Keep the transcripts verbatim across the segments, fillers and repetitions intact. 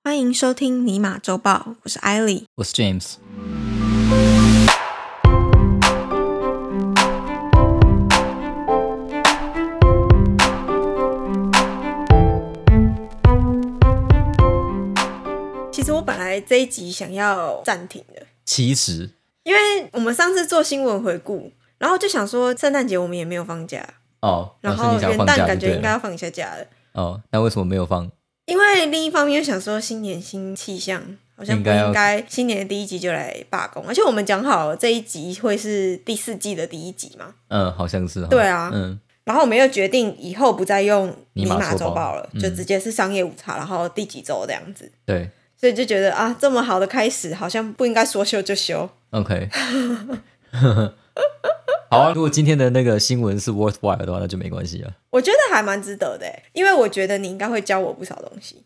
欢迎收听尼玛周报，我是艾莉， 我是 James。 其实我本来这一集想要暂停的， 其实因为我们上次做新闻回顾，然后就想说圣诞节我们也没有放假哦， 然后元旦感觉应该要放一下假了哦，那为什么没有放？ 因为另一方面又想说新年新气象，好像不应该新年的第一集就来罢工，而且我们讲好了这一集会是第四季的第一集嘛。 嗯，好像是、哦、 对啊， 嗯， 然后我们又决定以后不再用尼玛周报报了、嗯、就直接是商业午茶，然后第几周这样子。 对， 所以就觉得啊，这么好的开始好像不应该说休就休。 OK 好啊，如果今天的那个新闻是 worthwhile 的话，那就没关系了。 我觉得还蛮值得的，因为我觉得你应该会教我不少东西。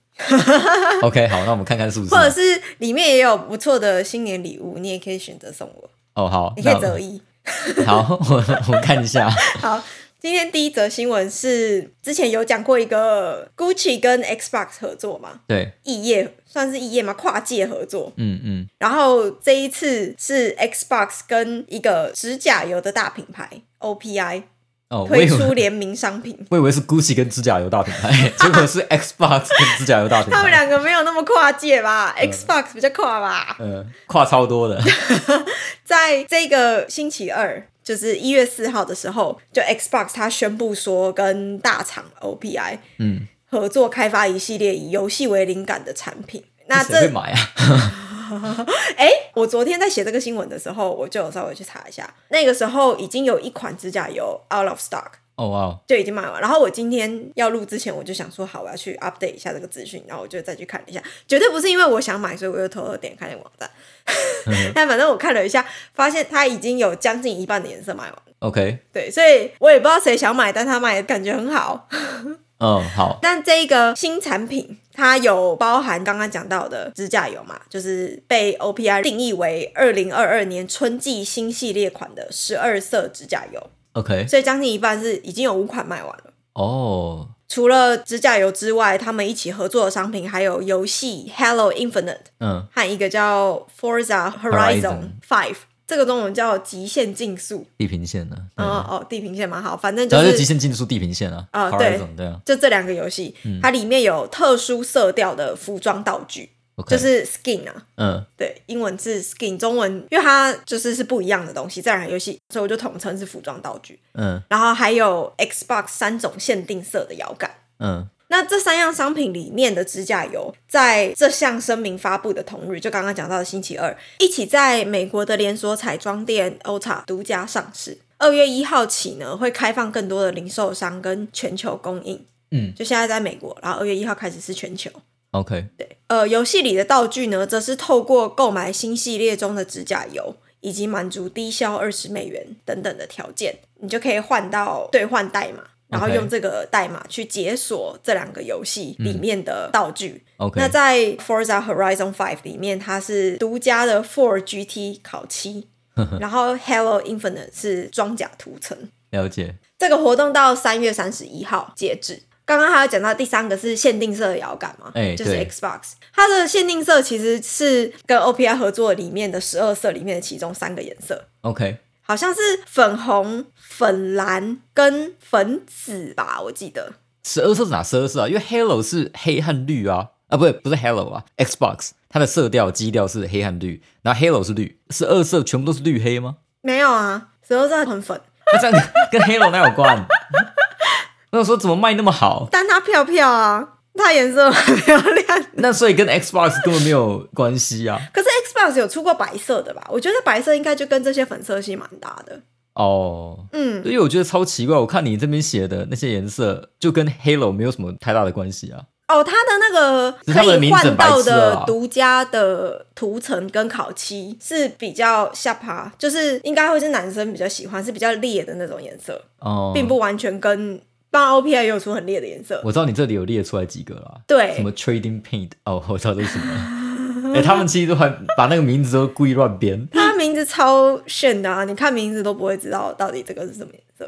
OK 好，那我们看看是不是， 或者是里面也有不错的新年礼物，你也可以选择送我。 哦好， 你可以择一。 好，我我看一下。 好，今天第一则新闻是之前有讲过一个 Gucci 跟 Xbox 合作嘛， 对， 异业算是异业嘛，跨界合作。 嗯嗯， 然后这一次是 Xbox 跟一个指甲油的大品牌 O P I、哦、推出联名商品。 我以为是 Gucci 跟指甲油大品牌，结果是 Xbox 跟指甲油大品牌。 他们两个没有那么跨界吧、嗯、Xbox 比较跨吧。 嗯，跨超多的。 在这个星期二，就是一月四号的时候，就 Xbox 他宣布说跟大厂 O P I 嗯合作开发一系列以游戏为灵感的产品。那这谁会买啊？ 哎，我昨天在写这个新闻的时候，我就有稍微去查一下，那个时候已经有一款指甲油 out of stock。 哦哇， 就已经卖完。然后我今天要录之前，我就想说好，我要去 update 一下这个资讯，然后我就再去看一下。绝对不是因为我想买，所以我又偷偷点开那个网站。嗯、但反正我看了一下，发现它已经有将近一半的颜色卖完。 OK， 对，所以我也不知道谁想买，但他卖的感觉很好。 嗯，好。 但这个新产品它有包含刚刚讲到的指甲油嘛，就是被 O P I 定义为二零二二年春季新系列款的十二色指甲油。 OK， 所以将近一半是已经有五款卖完了。 哦， 除了指甲油之外，他们一起合作的商品还有游戏 Halo Infinite， 嗯，和一个叫 Forza Horizon 五，这个中文叫极限竞速， 地平线呢、 啊？哦哦，地平线蛮好，反正就是、 是极限竞速地平线啊。 啊、呃，对对啊， 就这两个游戏、嗯，它里面有特殊色调的服装道具。Okay. 就是 skin 啊，嗯，对，英文是 skin， 中文因为它就是是不一样的东西，在两个游戏，所以我就统称是服装道具，嗯，然后还有 Xbox 三种限定色的摇杆，嗯，那这三样商品里面的指甲油，在这项声明发布的同日，就刚刚讲到的星期二，一起在美国的连锁彩妆店 Ulta 独家上市。二月一号起呢，会开放更多的零售商跟全球供应，嗯，就现在在美国，然后二月一号开始是全球。 OK， 对，呃，游戏里的道具呢，则是透过购买新系列中的指甲油，以及满足低消二十美元等等的条件，你就可以换到兑换代码，然后用这个代码去解锁这两个游戏里面的道具。嗯、 OK， 那在 Forza Horizon 五里面，它是独家的 Ford G T 烤漆，然后 Halo Infinite 是装甲涂层。 了解。 这个活动到三月三十一号截止。刚刚还有讲到第三个是限定色的摇杆嘛、欸、就是 Xbox， 它的限定色其实是跟 O P I 合作里面的十二色里面的其中三个颜色。 OK， 好像是粉红、粉蓝跟粉紫吧，我记得。 十二色是哪十二色啊？因为 Halo 是黑和绿啊，啊不是不是 Halo 啊 Xbox 它的色调基调是黑和绿，然后 Halo 是绿，十二色全部都是绿黑吗？ 没有啊，十二色很粉。 那这样跟 Halo 哪有关？那我说怎么卖那么好？ 但它漂漂啊，它颜色很漂亮。 那所以跟 Xbox 根本没有关系啊。 可是 Xbox 有出过白色的吧？我觉得白色应该就跟这些粉色系蛮搭的。 哦，嗯，因为我觉得超奇怪，我看你这边写的那些颜色就跟 Halo 没有什么太大的关系啊。 哦，它的那个可以换到的独家的涂层跟烤漆是比较下趴，就是应该会是男生比较喜欢，是比较烈的那种颜色，哦，并不完全跟。当然 O P I 也有出很烈的颜色， 我知道你这里有列出来几个啦， 对， 什么 Trading Paint， 哦，我知道这是什么。欸、他们其实都还把那个名字都故意乱编， 他名字超炫的啊！你看名字都不会知道到底这个是什么颜色。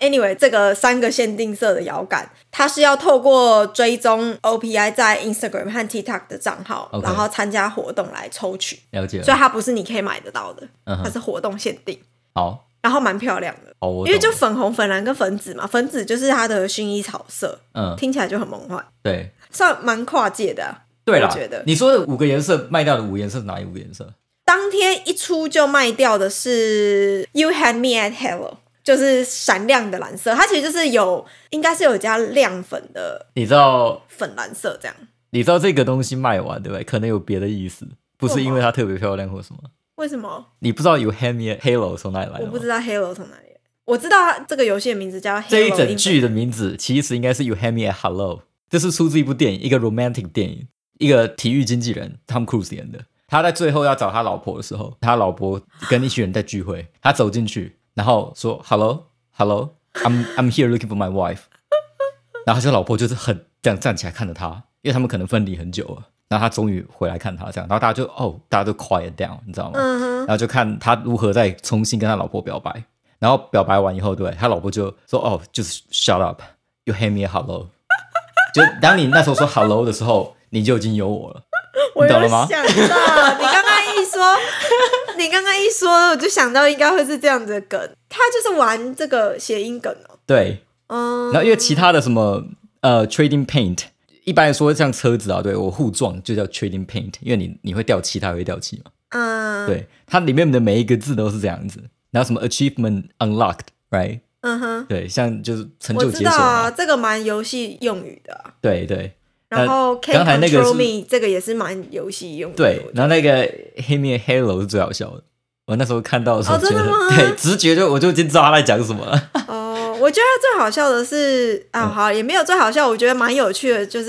Anyway， 这个三个限定色的摇杆，它是要透过追踪 O P I 在 Instagram 和 TikTok 的账号， okay. 然后参加活动来抽取。 了解了。 所以它不是你可以买得到的， 嗯、 它是活动限定。 好， 然后蛮漂亮的， 哦、 因为就粉红、粉蓝跟粉紫嘛，粉紫就是它的薰衣草色，嗯，听起来就很梦幻。 对， 算蛮跨界的、啊。 对啦， 我觉得你说的五个颜色卖掉的五个颜色是哪五个颜色？ 当天一出就卖掉的是 You Had Me at Hello， 就是闪亮的蓝色，它其实就是有应该是有加亮粉的， 你知道粉蓝色这样。 你知道这个东西卖完对不对？可能有别的意思，不是因为它特别漂亮或什么。 为什么？ 你不知道 You Had Me at Halo 从哪里来的吗？ 我不知道 Halo 从哪里来，我知道这个游戏的名字叫 Halo。 这一整句的名字其实应该是 You Had Me at Hello， 这是出自一部电影，一个 romantic 电影，一个体育经纪人 Tom Cruise 演的。他在最后要找他老婆的时候，他老婆跟一群人在聚会，他走进去，然后说 Hello Hello I'm I'm here looking for my wife， 然后他就老婆就是很这样站起来看着他，因为他们可能分离很久了，然后他终于回来看他这样，然后大家就哦，大家都 quiet down， 你知道吗？嗯、然后就看他如何再重新跟他老婆表白，然后表白完以后，对他老婆就说哦，就是 shut up you hand me a hello， 就当你那时候说 hello 的时候，你就已经有我了。 我有想到，你刚刚一说，你刚刚一说，我就想到应该会是这样子的梗，他就是玩这个谐音梗哦。 对，嗯，然后因为其他的什么呃 trading paint， 一般来说像车子啊，对我互撞就叫 trading paint， 因为你你会掉漆，它也会掉漆嘛。嗯，对，它里面的每一个字都是这样子，然后什么 achievement unlocked，right？ 嗯哼，对，像就是成就解锁嘛。我知道啊，这个蛮游戏用语的、啊。 对对。 然后 Can Control Me 这个也是蛮游戏用的。 对，然后那个 Hit Me Halo 是最好笑的。我那时候看到的时候觉得， 哦、 对，直觉就我就已经知道他在讲什么了。 哦，我觉得最好笑的是啊，好也没有最好笑，我觉得蛮有趣的，就是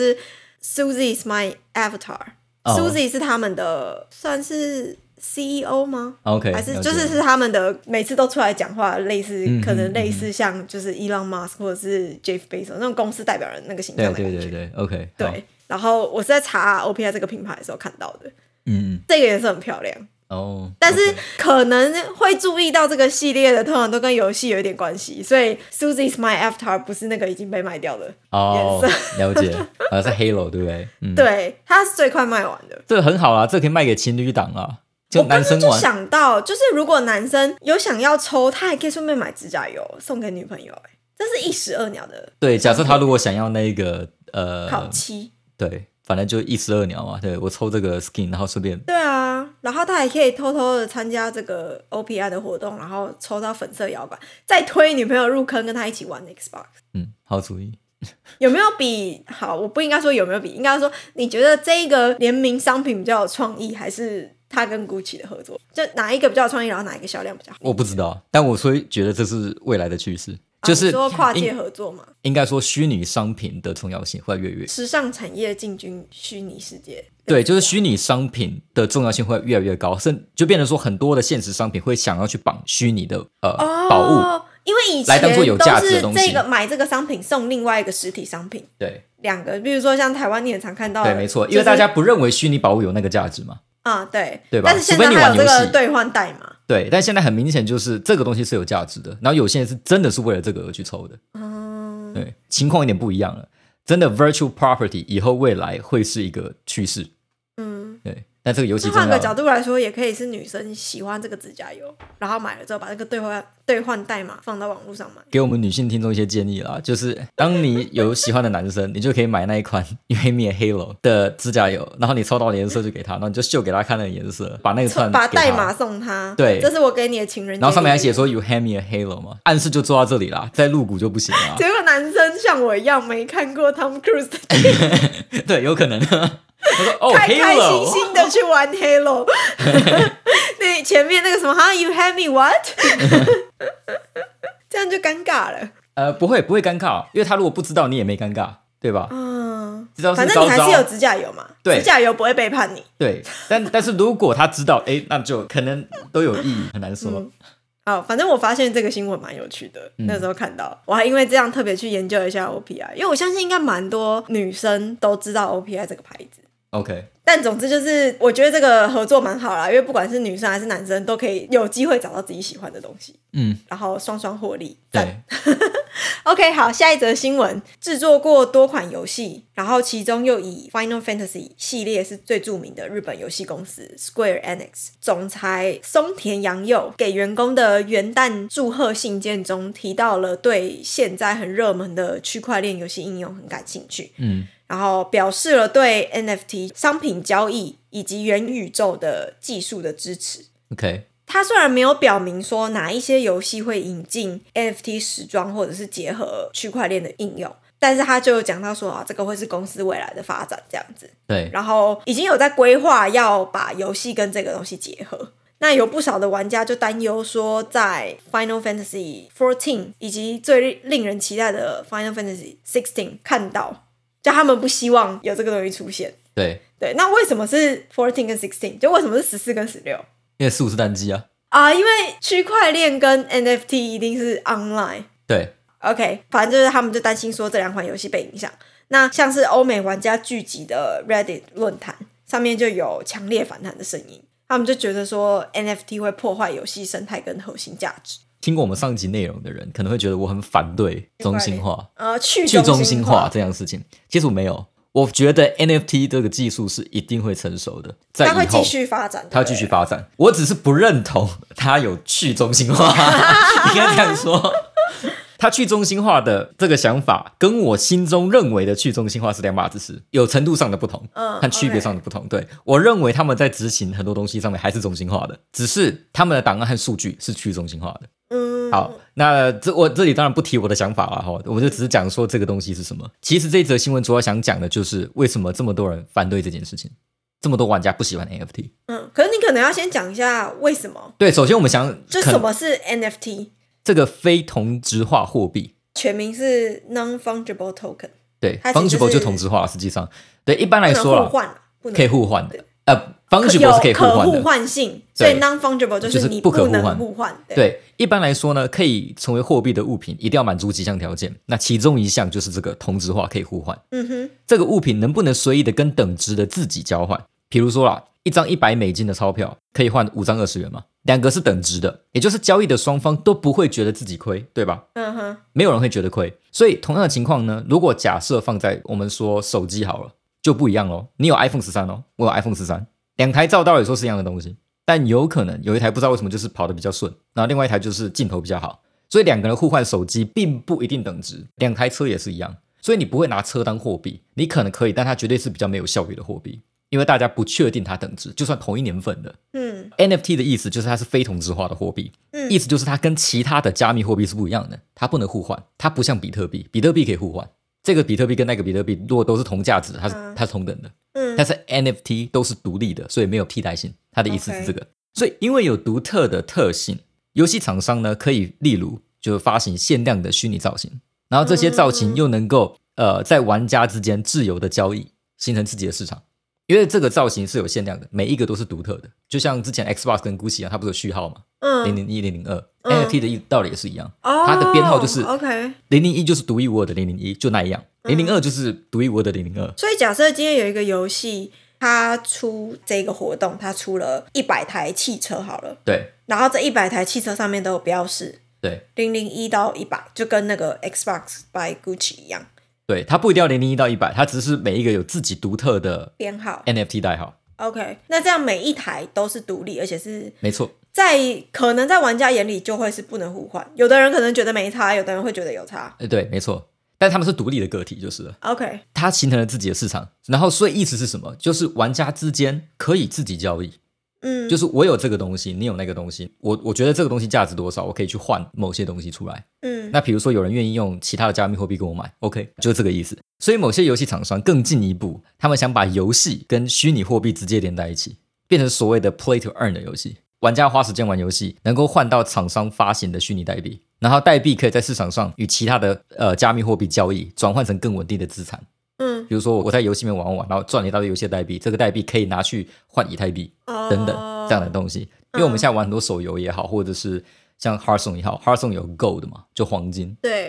Suzy is my avatar。Suzy、哦、是他们的算是 C E O 吗 ？OK， 还是就是是他们的每次都出来讲话，类似、嗯、可能类似像就是 Elon Musk 或者是 Jeff Bezos 那种公司代表人那个形象的感觉。 对对对对 ，OK， 对。然后我是在查 O P I 这个品牌的时候看到的，嗯，这个颜色很漂亮哦。但是可能会注意到这个系列的，通常都跟游戏有一点关系，所以 Suzy's My Avatar 不是那个已经被卖掉的颜色。哦、 了解，啊是 Halo 对不对？嗯、 对，它是最快卖完的。 这个很好啊，这个可以卖给情侣档啊。就男生玩。 我刚刚就想到，就是如果男生有想要抽，他还可以顺便买指甲油送给女朋友、欸，这是一石二鸟的。 对，假设他如果想要那个呃烤漆， 对，反正就一石二鸟嘛。对，我抽这个 skin， 然后顺便。 对啊，然后他还可以偷偷的参加这个 O P I 的活动，然后抽到粉色摇杆，再推女朋友入坑，跟他一起玩 Xbox。 嗯，好主意。 有没有比好？我不应该说有没有比，应该说你觉得这个联名商品比较有创意，还是他跟 Gucci 的合作？就哪一个比较有创意，然后哪一个销量比较好？ 我不知道，但我所以觉得这是未来的趋势，啊、就是说跨界合作嘛。 应该说虚拟商品的重要性会越来越， 时尚产业进军虚拟世界。 对，就是虚拟商品的重要性会越来越高，甚就变成说很多的现实商品会想要去绑虚拟的呃、哦、宝物。因为以前都是这个买这个商品送另外一个实体商品， 对， 两个，比如说像台湾你很常看到的， 对，没错，因为大家不认为虚拟宝物有那个价值嘛， 啊，对， 对吧？ 但是现在还有这个兑换代码， 对，但现在很明显就是这个东西是有价值的，然后有些人是真的是为了这个而去抽的，嗯，对，情况有点不一样了，真的 virtual property 以后未来会是一个趋势，嗯，对。但这个游戏换个角度来说，也可以是女生喜欢这个指甲油，然后买了之后把这个兑换兑换代码放到网络上买。 给我们女性听众一些建议啦，就是当你有喜欢的男生，你就可以买那一款 You Had Me at Halo 的指甲油，然后你抽到的颜色就给他，然后你就秀给他看那个颜色，把那个串把代码送他。 对， 这是我给你的情人节。 然后上面还写说 You Had Me at Halo 嘛，暗示就做到这里啦，再入股就不行啦。 结果男生像我一样没看过 Tom Cruise 的电影， 对，有可能。他说哦， 开开心心的去玩 Halo， 那前面那个什么哈 You had me what？ 这样就尴尬了。 呃，不会不会尴尬，因为他如果不知道，你也没尴尬，对吧？嗯，知道是反正你还是有指甲油嘛，对，指甲油不会背叛你。 对，但但是如果他知道，哎，那就可能都有意义，很难说。嗯好，反正我发现这个新闻蛮有趣的、嗯、那时候看到我还因为这样特别去研究一下 O P I， 因为我相信应该蛮多女生都知道 O P I 这个牌子， OK， 但总之就是我觉得这个合作蛮好啦，因为不管是女生还是男生都可以有机会找到自己喜欢的东西， 嗯， 然后双双获利。 对 OK， 好，下一则新闻，制作过多款游戏，然后其中又以 Final Fantasy 系列是最著名的日本游戏公司 Square Enix 总裁松田洋佑给员工的元旦祝贺信件中提到了对现在很热门的区块链游戏应用很感兴趣， 嗯， 然后表示了对 N F T 商品交易以及元宇宙的技术的支持。 OK， 他虽然没有表明说哪一些游戏会引进 N F T 时装或者是结合区块链的应用，但是他就讲到说啊，这个会是公司未来的发展这样子。 对， 然后已经有在规划要把游戏跟这个东西结合。那有不少的玩家就担忧说，在 Final Fantasy 十四以及最令人期待的 Final Fantasy 十六看到，就他们不希望有这个东西出现。 对对，那为什么是十四跟十六？就为什么是十四跟十六？ 因为十五是单机啊。 啊，因为区块链跟 N F T 一定是 online。 对 OK， 反正就是他们就担心说这两款游戏被影响。那像是欧美玩家聚集的 Reddit 论坛上面就有强烈反弹的声音，他们就觉得说 N F T 会破坏游戏生态跟核心价值。 听过我们上一集内容的人可能会觉得我很反对中心化， 呃，去去中心心化这样的事情，其实我没有。我觉得 N F T 这个技术是一定会成熟的，在以后它会继续发展， 它会继续发展。我只是不认同它有去中心化，应该这样说。它去中心化的这个想法，跟我心中认为的去中心化是两码子事，有程度上的不同， 嗯， 和区别上的不同。Okay. 对，我认为他们在执行很多东西上面还是中心化的，只是他们的档案和数据是去中心化的。 嗯， 好，那这我这里当然不提我的想法了哈，我就只是讲说这个东西是什么。其实这一则新闻主要想讲的就是为什么这么多人反对这件事情，这么多玩家不喜欢 N F T。 嗯，可是你可能要先讲一下为什么。 对，首先我们想， 就什么是 N F T？ 这个非同质化货币， 全名是 Non-Fungible Token。 对 ，Fungible 就同质化了，实际上，对，一般来说啦， 互换可以互换的。呃 ，Fungible 是可以互换的， 可互换性，所以 Non-Fungible 就是你不能互换。 对，对，一般来说呢，可以成为货币的物品一定要满足几项条件，那其中一项就是这个同质化可以互换。 嗯哼， 这个物品能不能随意的跟等值的自己交换？比如说啦，一张一百美金的钞票可以换五张二十元嘛，两个是等值的，也就是交易的双方都不会觉得自己亏，对吧？ 嗯哼， 没有人会觉得亏。所以同样的情况呢，如果假设放在我们说手机好了，就不一样咯。你有 iPhone 十三哦，我有 iPhone 十三，两台照道理说是一样的东西，但有可能有一台不知道为什么就是跑得比较顺，然后另外一台就是镜头比较好，所以两个人互换手机并不一定等值。两台车也是一样，所以你不会拿车当货币，你可能可以，但它绝对是比较没有效率的货币，因为大家不确定它等值，就算同一年份的。嗯 ，N F T 的意思就是它是非同质化的货币，嗯，意思就是它跟其他的加密货币是不一样的，它不能互换，它不像比特币，比特币可以互换，这个比特币跟那个比特币如果都是同价值，它是、嗯、它是同等的。嗯，但是 N F T 都是独立的，所以没有替代性。它的意思是这个， okay. 所以因为有独特的特性，游戏厂商呢可以例如就发行限量的虚拟造型，然后这些造型又能够、嗯、呃在玩家之间自由的交易，形成自己的市场。因为这个造型是有限量的，每一个都是独特的，就像之前 Xbox 跟 Gucci 一样，它不是有序号吗？嗯，零零一、零零二 N F T 的道理也是一样，哦、它的编号就是零零一就是独一无二的零零一，就那一样。零零二就是独一无二的零零二。 所以假设今天有一个游戏，它出这个活动，它出了一百台汽车好了， 对， 然后这一百台汽车上面都有标示， 对， 零零一到一百，就跟那个 Xbox by Gucci 一样。 对，它不一定要零零一到一百，它只是每一个有自己独特的编号 N F T 代号。 OK， 那这样每一台都是独立，而且是没错， 在可能在玩家眼里就会是不能互换，有的人可能觉得没差，有的人会觉得有差。 对，没错，但他们是独立的个体就是了。 OK， 它形成了自己的市场，然后所以意思是什么？就是玩家之间可以自己交易。嗯，就是我有这个东西，你有那个东西，我我觉得这个东西价值多少，我可以去换某些东西出来。嗯，那比如说有人愿意用其他的加密货币跟我买 OK， 就是这个意思。所以某些游戏厂商更进一步，他们想把游戏跟虚拟货币直接连在一起，变成所谓的 play to earn 的游戏。玩家花时间玩游戏，能够换到厂商发行的虚拟代币，然后代币可以在市场上与其他的呃加密货币交易，转换成更稳定的资产。嗯，比如说我在游戏里面玩玩，然后赚了一大堆游戏的代币，这个代币可以拿去换以太币、哦、等等这样的东西。因为我们现在玩很多手游也好，或者是像 Hearthstone 也好， Hearthstone 有 Gold 嘛，就黄金。 对。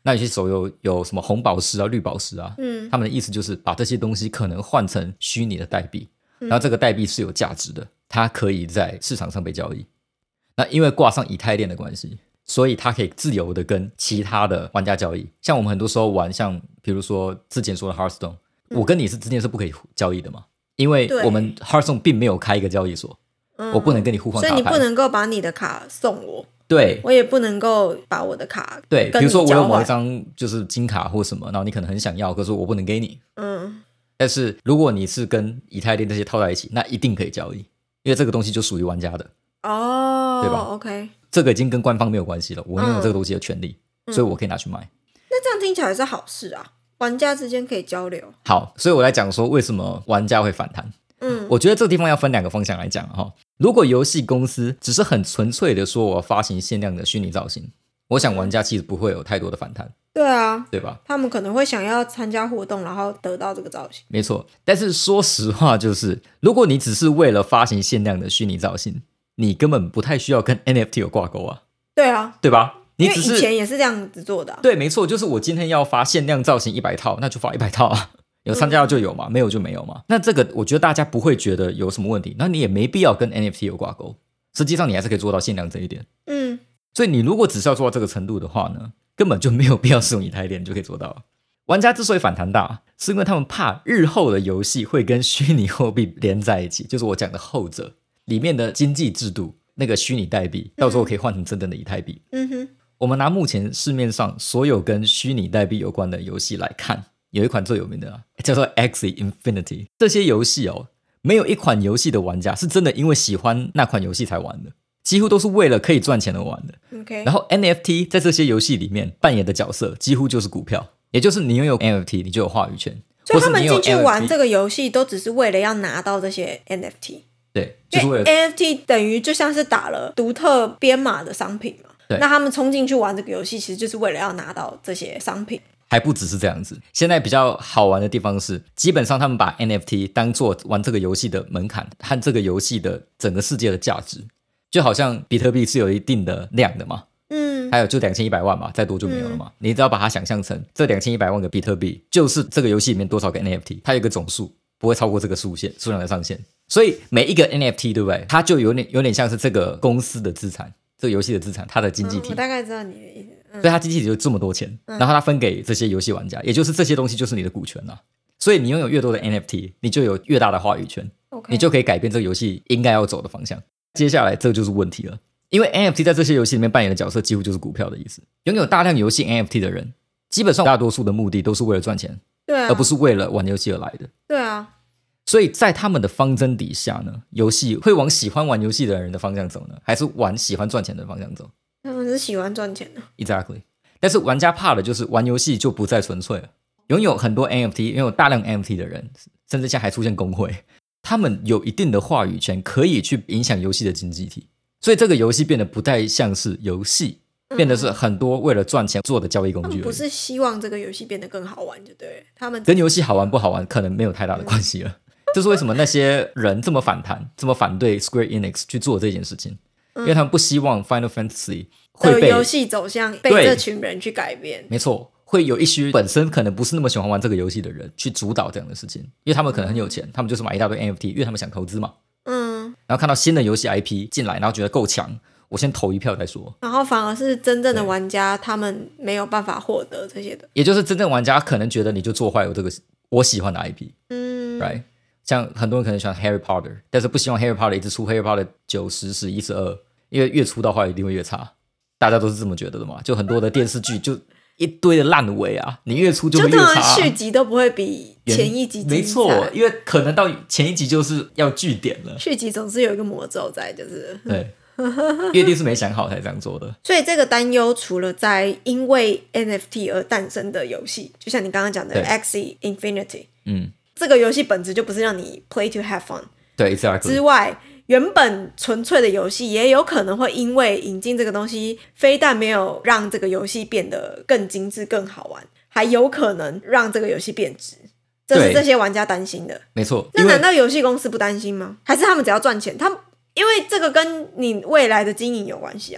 那有些手游有什么红宝石啊绿宝石啊，嗯，他们的意思就是把这些东西可能换成虚拟的代币，然后这个代币是有价值的，它可以在市场上被交易。那因为挂上以太链的关系，所以它可以自由的跟其他的玩家交易。像我们很多时候玩，像比如说之前说的 Hearthstone，嗯，我跟你是之间是不可以交易的嘛，因为我们 Hearthstone 并没有开一个交易所，嗯，我不能跟你互换卡牌， 所以你不能够把你的卡送我， 对， 我也不能够把我的卡跟你交换。 对，比如说我有某一张就是金卡或什么，然后你可能很想要，可是我不能给你。嗯，但是如果你是跟以太链这些套在一起，那一定可以交易，因为这个东西就属于玩家的。 哦， 对吧 ？OK， 这个已经跟官方没有关系了，我拥有这个东西的权利，嗯，所以我可以拿去卖。 那这样听起来是好事啊，玩家之间可以交流。 好，所以我来讲说为什么玩家会反弹。嗯，我觉得这个地方要分两个方向来讲哈。如果游戏公司只是很纯粹的说我发行限量的虚拟造型，我想玩家其实不会有太多的反弹。 对啊， 对吧？ 他们可能会想要参加活动，然后得到这个造型。 没错，但是说实话，就是如果你只是为了发行限量的虚拟造型，你根本不太需要跟 N F T 有挂钩啊。 对啊， 对吧？你只是因为以前也是这样子做的，啊。 对，没错，就是我今天要发限量造型一百套，那就发一百套啊。有参加就有嘛，没有就没有嘛。那这个我觉得大家不会觉得有什么问题，那你也没必要跟 N F T 有挂钩。实际上你还是可以做到限量这一点。嗯，所以你如果只是要做到这个程度的话呢，根本就没有必要使用以太链就可以做到了。玩家之所以反弹大，是因为他们怕日后的游戏会跟虚拟货币连在一起，就是我讲的后者里面的经济制度，那个虚拟代币到时候可以换成真正的以太币。嗯哼，我们拿目前市面上所有跟虚拟代币有关的游戏来看，有一款最有名的，啊，叫做 Axie Infinity。 这些游戏哦，没有一款游戏的玩家是真的因为喜欢那款游戏才玩的，几乎都是为了可以赚钱而玩的。Okay. 然后 N F T 在这些游戏里面扮演的角色几乎就是股票，也就是你拥有 N F T 你就有话语权， 所以他们进去玩这个游戏都只是为了要拿到这些 N F T。 对，就是为了 N F T 等于就像是打了独特编码的商品嘛。那他们冲进去玩这个游戏其实就是为了要拿到这些商品。 还不只是这样子，现在比较好玩的地方是，基本上他们把 N F T 当做玩这个游戏的门槛和这个游戏的整个世界的价值。就好像比特币是有一定的量的嘛，嗯，还有就两千一百万嘛，再多就没有了嘛。嗯，你只要把它想象成这两千一百万个比特币就是这个游戏里面多少个 N F T， 它有一个总数，不会超过这个数线数量的上限。所以每一个 N F T 对不对，它就有点有点像是这个公司的资产，这个游戏的资产，它的经济体。 嗯，我大概知道你的意思。 嗯，所以它经济体就这么多钱，嗯，然后它分给这些游戏玩家，也就是这些东西就是你的股权啊。所以你拥有越多的 N F T， 你就有越大的话语权。Okay. 你就可以改变这个游戏应该要走的方向。接下来这就是问题了，因为 N F T 在这些游戏里面扮演的角色几乎就是股票的意思。拥有大量游戏 N F T 的人，基本上大多数的目的都是为了赚钱， 对啊， 而不是为了玩游戏而来的。 对啊， 所以在他们的方针底下呢，游戏会往喜欢玩游戏的人的方向走呢，还是往喜欢赚钱的方向走？ 他们是喜欢赚钱的。 Exactly。 但是玩家怕的就是玩游戏就不再纯粹了。拥有很多 N F T 拥有大量 N F T 的人，甚至现在还出现工会，他们有一定的话语权，可以去影响游戏的经济体。所以这个游戏变得不太像是游戏，变得是很多为了赚钱做的交易工具而已。 他们不是希望这个游戏变得更好玩就对了，他们跟游戏好玩不好玩可能没有太大的关系了。嗯，这是为什么那些人这么反弹这么反对 Square Enix 去做这件事情，嗯，因为他们不希望 Final Fantasy 会被游戏走向被这群人去改变。 没错，会有一些本身可能不是那么喜欢玩这个游戏的人去主导这样的事情，因为他们可能很有钱，嗯，他们就是买一大堆 N F T， 因为他们想投资嘛。嗯，然后看到新的游戏 I P 进来，然后觉得够强，我先投一票再说。 然后反而是真正的玩家他们没有办法获得这些的， 也就是真正玩家可能觉得你就做坏我这个我喜欢的 I P。 嗯 right， 像很多人可能喜欢 Harry Potter， 但是不希望 Harry Potter 一直出 Harry Potter 九、十、十一、十二，因为越出到坏一定会越差，大家都是这么觉得的嘛。就很多的电视剧就一堆的烂尾啊，你越出就会越差， 就续集都不会比前一集精彩。 没错，因为可能到前一集就是要据点了， 续集总是有一个魔咒在，就是对一定是没想好才这样做的。 所以这个担忧除了在因为 N F T 而诞生的游戏，就像你刚刚讲的 Axie Infinity， 嗯，这个游戏本质就不是让你 play to have fun， 对 exactly， 之外，原本纯粹的游戏也有可能会因为引进这个东西，非但没有让这个游戏变得更精致更好玩，还有可能让这个游戏变质，这是这些玩家担心的。 没错， 那难道游戏公司不担心吗？还是他们只要赚钱？他们因为这个跟你未来的经营有关系啊。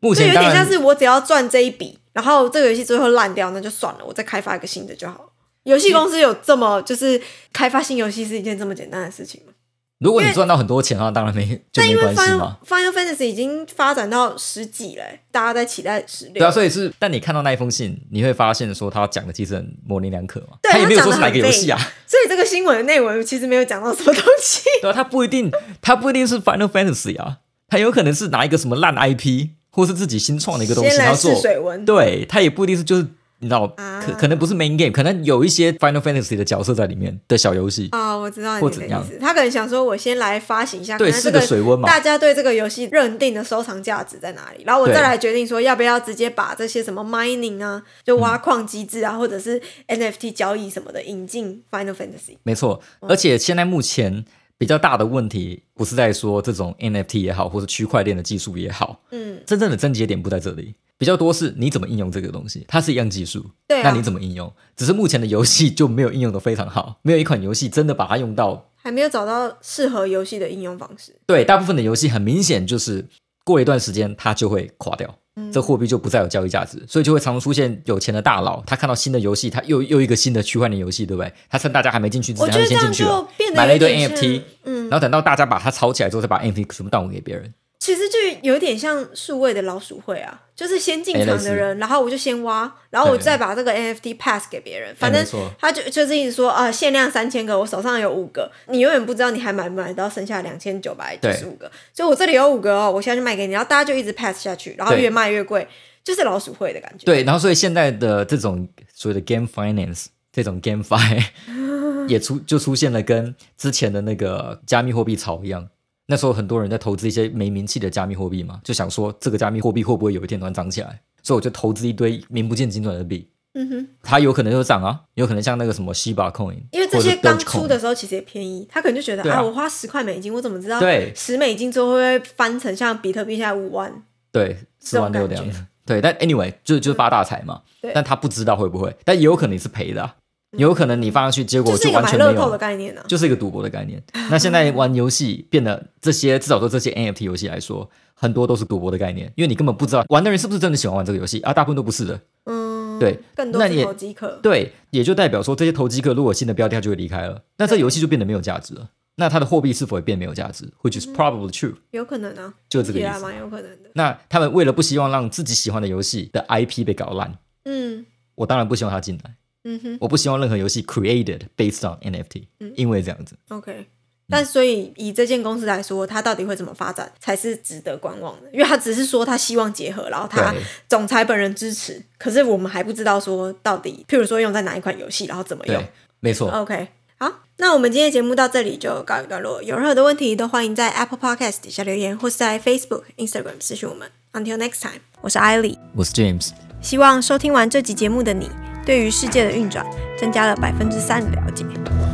目前有点像是我只要赚这一笔，然后这个游戏最后烂掉，那就算了，我再开发一个新的就好了。游戏公司有这么就是开发新游戏是一件这么简单的事情吗？ 如果你赚到很多钱的话，当然没就没关系嘛。 Final Fantasy 已经发展到十几了，大家在期待十六。 对啊，所以是，但你看到那一封信，你会发现说他讲的其实很模棱两可嘛。他也没有说是哪个游戏啊。 所以这个新闻的内文其实没有讲到什么东西。 对啊，他不一定，他不一定是 Final Fantasy 啊，他有可能是拿一个什么烂 I P， 或是自己新创的一个东西， 先来试水温。 对，他也不一定是就是。你知道、啊、可, 可能不是 main game， 可能有一些 Final Fantasy 的角色在里面的小游戏啊、哦，我知道你的意思。他可能想说，我先来发行一下， 对，是个水温嘛。 大家对这个游戏认定的收藏价值在哪里？然后我再来决定说，要不要直接把这些什么 mining 啊，就挖矿机制啊，嗯、或者是 N F T 交易什么的引进 Final Fantasy。 没错，而且现在目前比较大的问题不是在说这种 N F T 也好，或是区块链的技术也好，嗯，真正的症结点不在这里。比较多是你怎么应用这个东西，它是一样技术， 对、啊， 那你怎么应用？只是目前的游戏就没有应用的非常好，没有一款游戏真的把它用到， 还没有找到适合游戏的应用方式。 对，大部分的游戏很明显就是过一段时间它就会垮掉，嗯、这货币就不再有交易价值，所以就会常常出现有钱的大佬，他看到新的游戏，他又又一个新的区块链游戏，对不对？他趁大家还没进去之前，他就先进去了，买了一堆 N F T， 嗯，然后等到大家把它炒起来之后，再把 N F T 全部倒给别人。 其实就有点像数位的老鼠会啊，就是先进场的人，然后我就先挖，然后我再把这个 N F T pass 给别人，反正他就就是一直说啊、呃，限量三千个，我手上有五个，你永远不知道你还买不买到剩下两千九百九十五个，所以我这里有五个哦，我现在就卖给你，然后大家就一直 pass 下去，然后越卖越贵，就是老鼠会的感觉。 对，然后所以现在的这种所谓的 game finance 这种 GameFi 也出就出现了跟之前的那个加密货币潮一样。那时候很多人在投资一些没名气的加密货币嘛，就想说这个加密货币会不会有一天突然涨起来，所以我就投资一堆名不见经传的币，嗯哼，它有可能就涨啊，有可能像那个什么 Shiba Coin， 因为这些刚出的时候其实也便宜，他可能就觉得 啊, 啊，我花十块美金，我怎么知道十美金之后会不会翻成像比特币现在五万？ 对，四万六的样子。对，但 anyway 就就发大财嘛，但他不知道会不会，但也有可能是赔的、啊。有可能你放上去，结果就完全没有， 就是一个买乐透的概念啊， 就是一个赌博的概念。那现在玩游戏变得这些，至少说这些 N F T 游戏来说，很多都是赌博的概念，因为你根本不知道玩的人是不是真的喜欢玩这个游戏啊，大部分都不是的。嗯，对， 更多是投机客。 对，也就代表说这些投机客如果有新的标的，他就会离开了，那这游戏就变得没有价值了。那它的货币是否也变没有价值 ？Which is probably true、嗯。 有可能啊， 就这个意思， 蛮有可能的。 那他们为了不希望让自己喜欢的游戏的 I P 被搞烂，嗯，我当然不希望他进来。嗯哼，我不希望任何游戏 created based on N F T、嗯、因为这样子 OK， 但所以以这间公司来说，它到底会怎么发展才是值得观望的，因为他只是说他希望结合，然后他总裁本人支持，可是我们还不知道说到底譬如说用在哪一款游戏，然后怎么用。 对，没错。 OK， 好，那我们今天的节目到这里就告一段落，有任何的问题都欢迎在 Apple Podcast 底下留言，或是在 Facebook Instagram 私讯我们。 Until next time， 我是艾莉， 我是 James， 希望收听完这集节目的你对于世界的运转增加了百分之三的了解。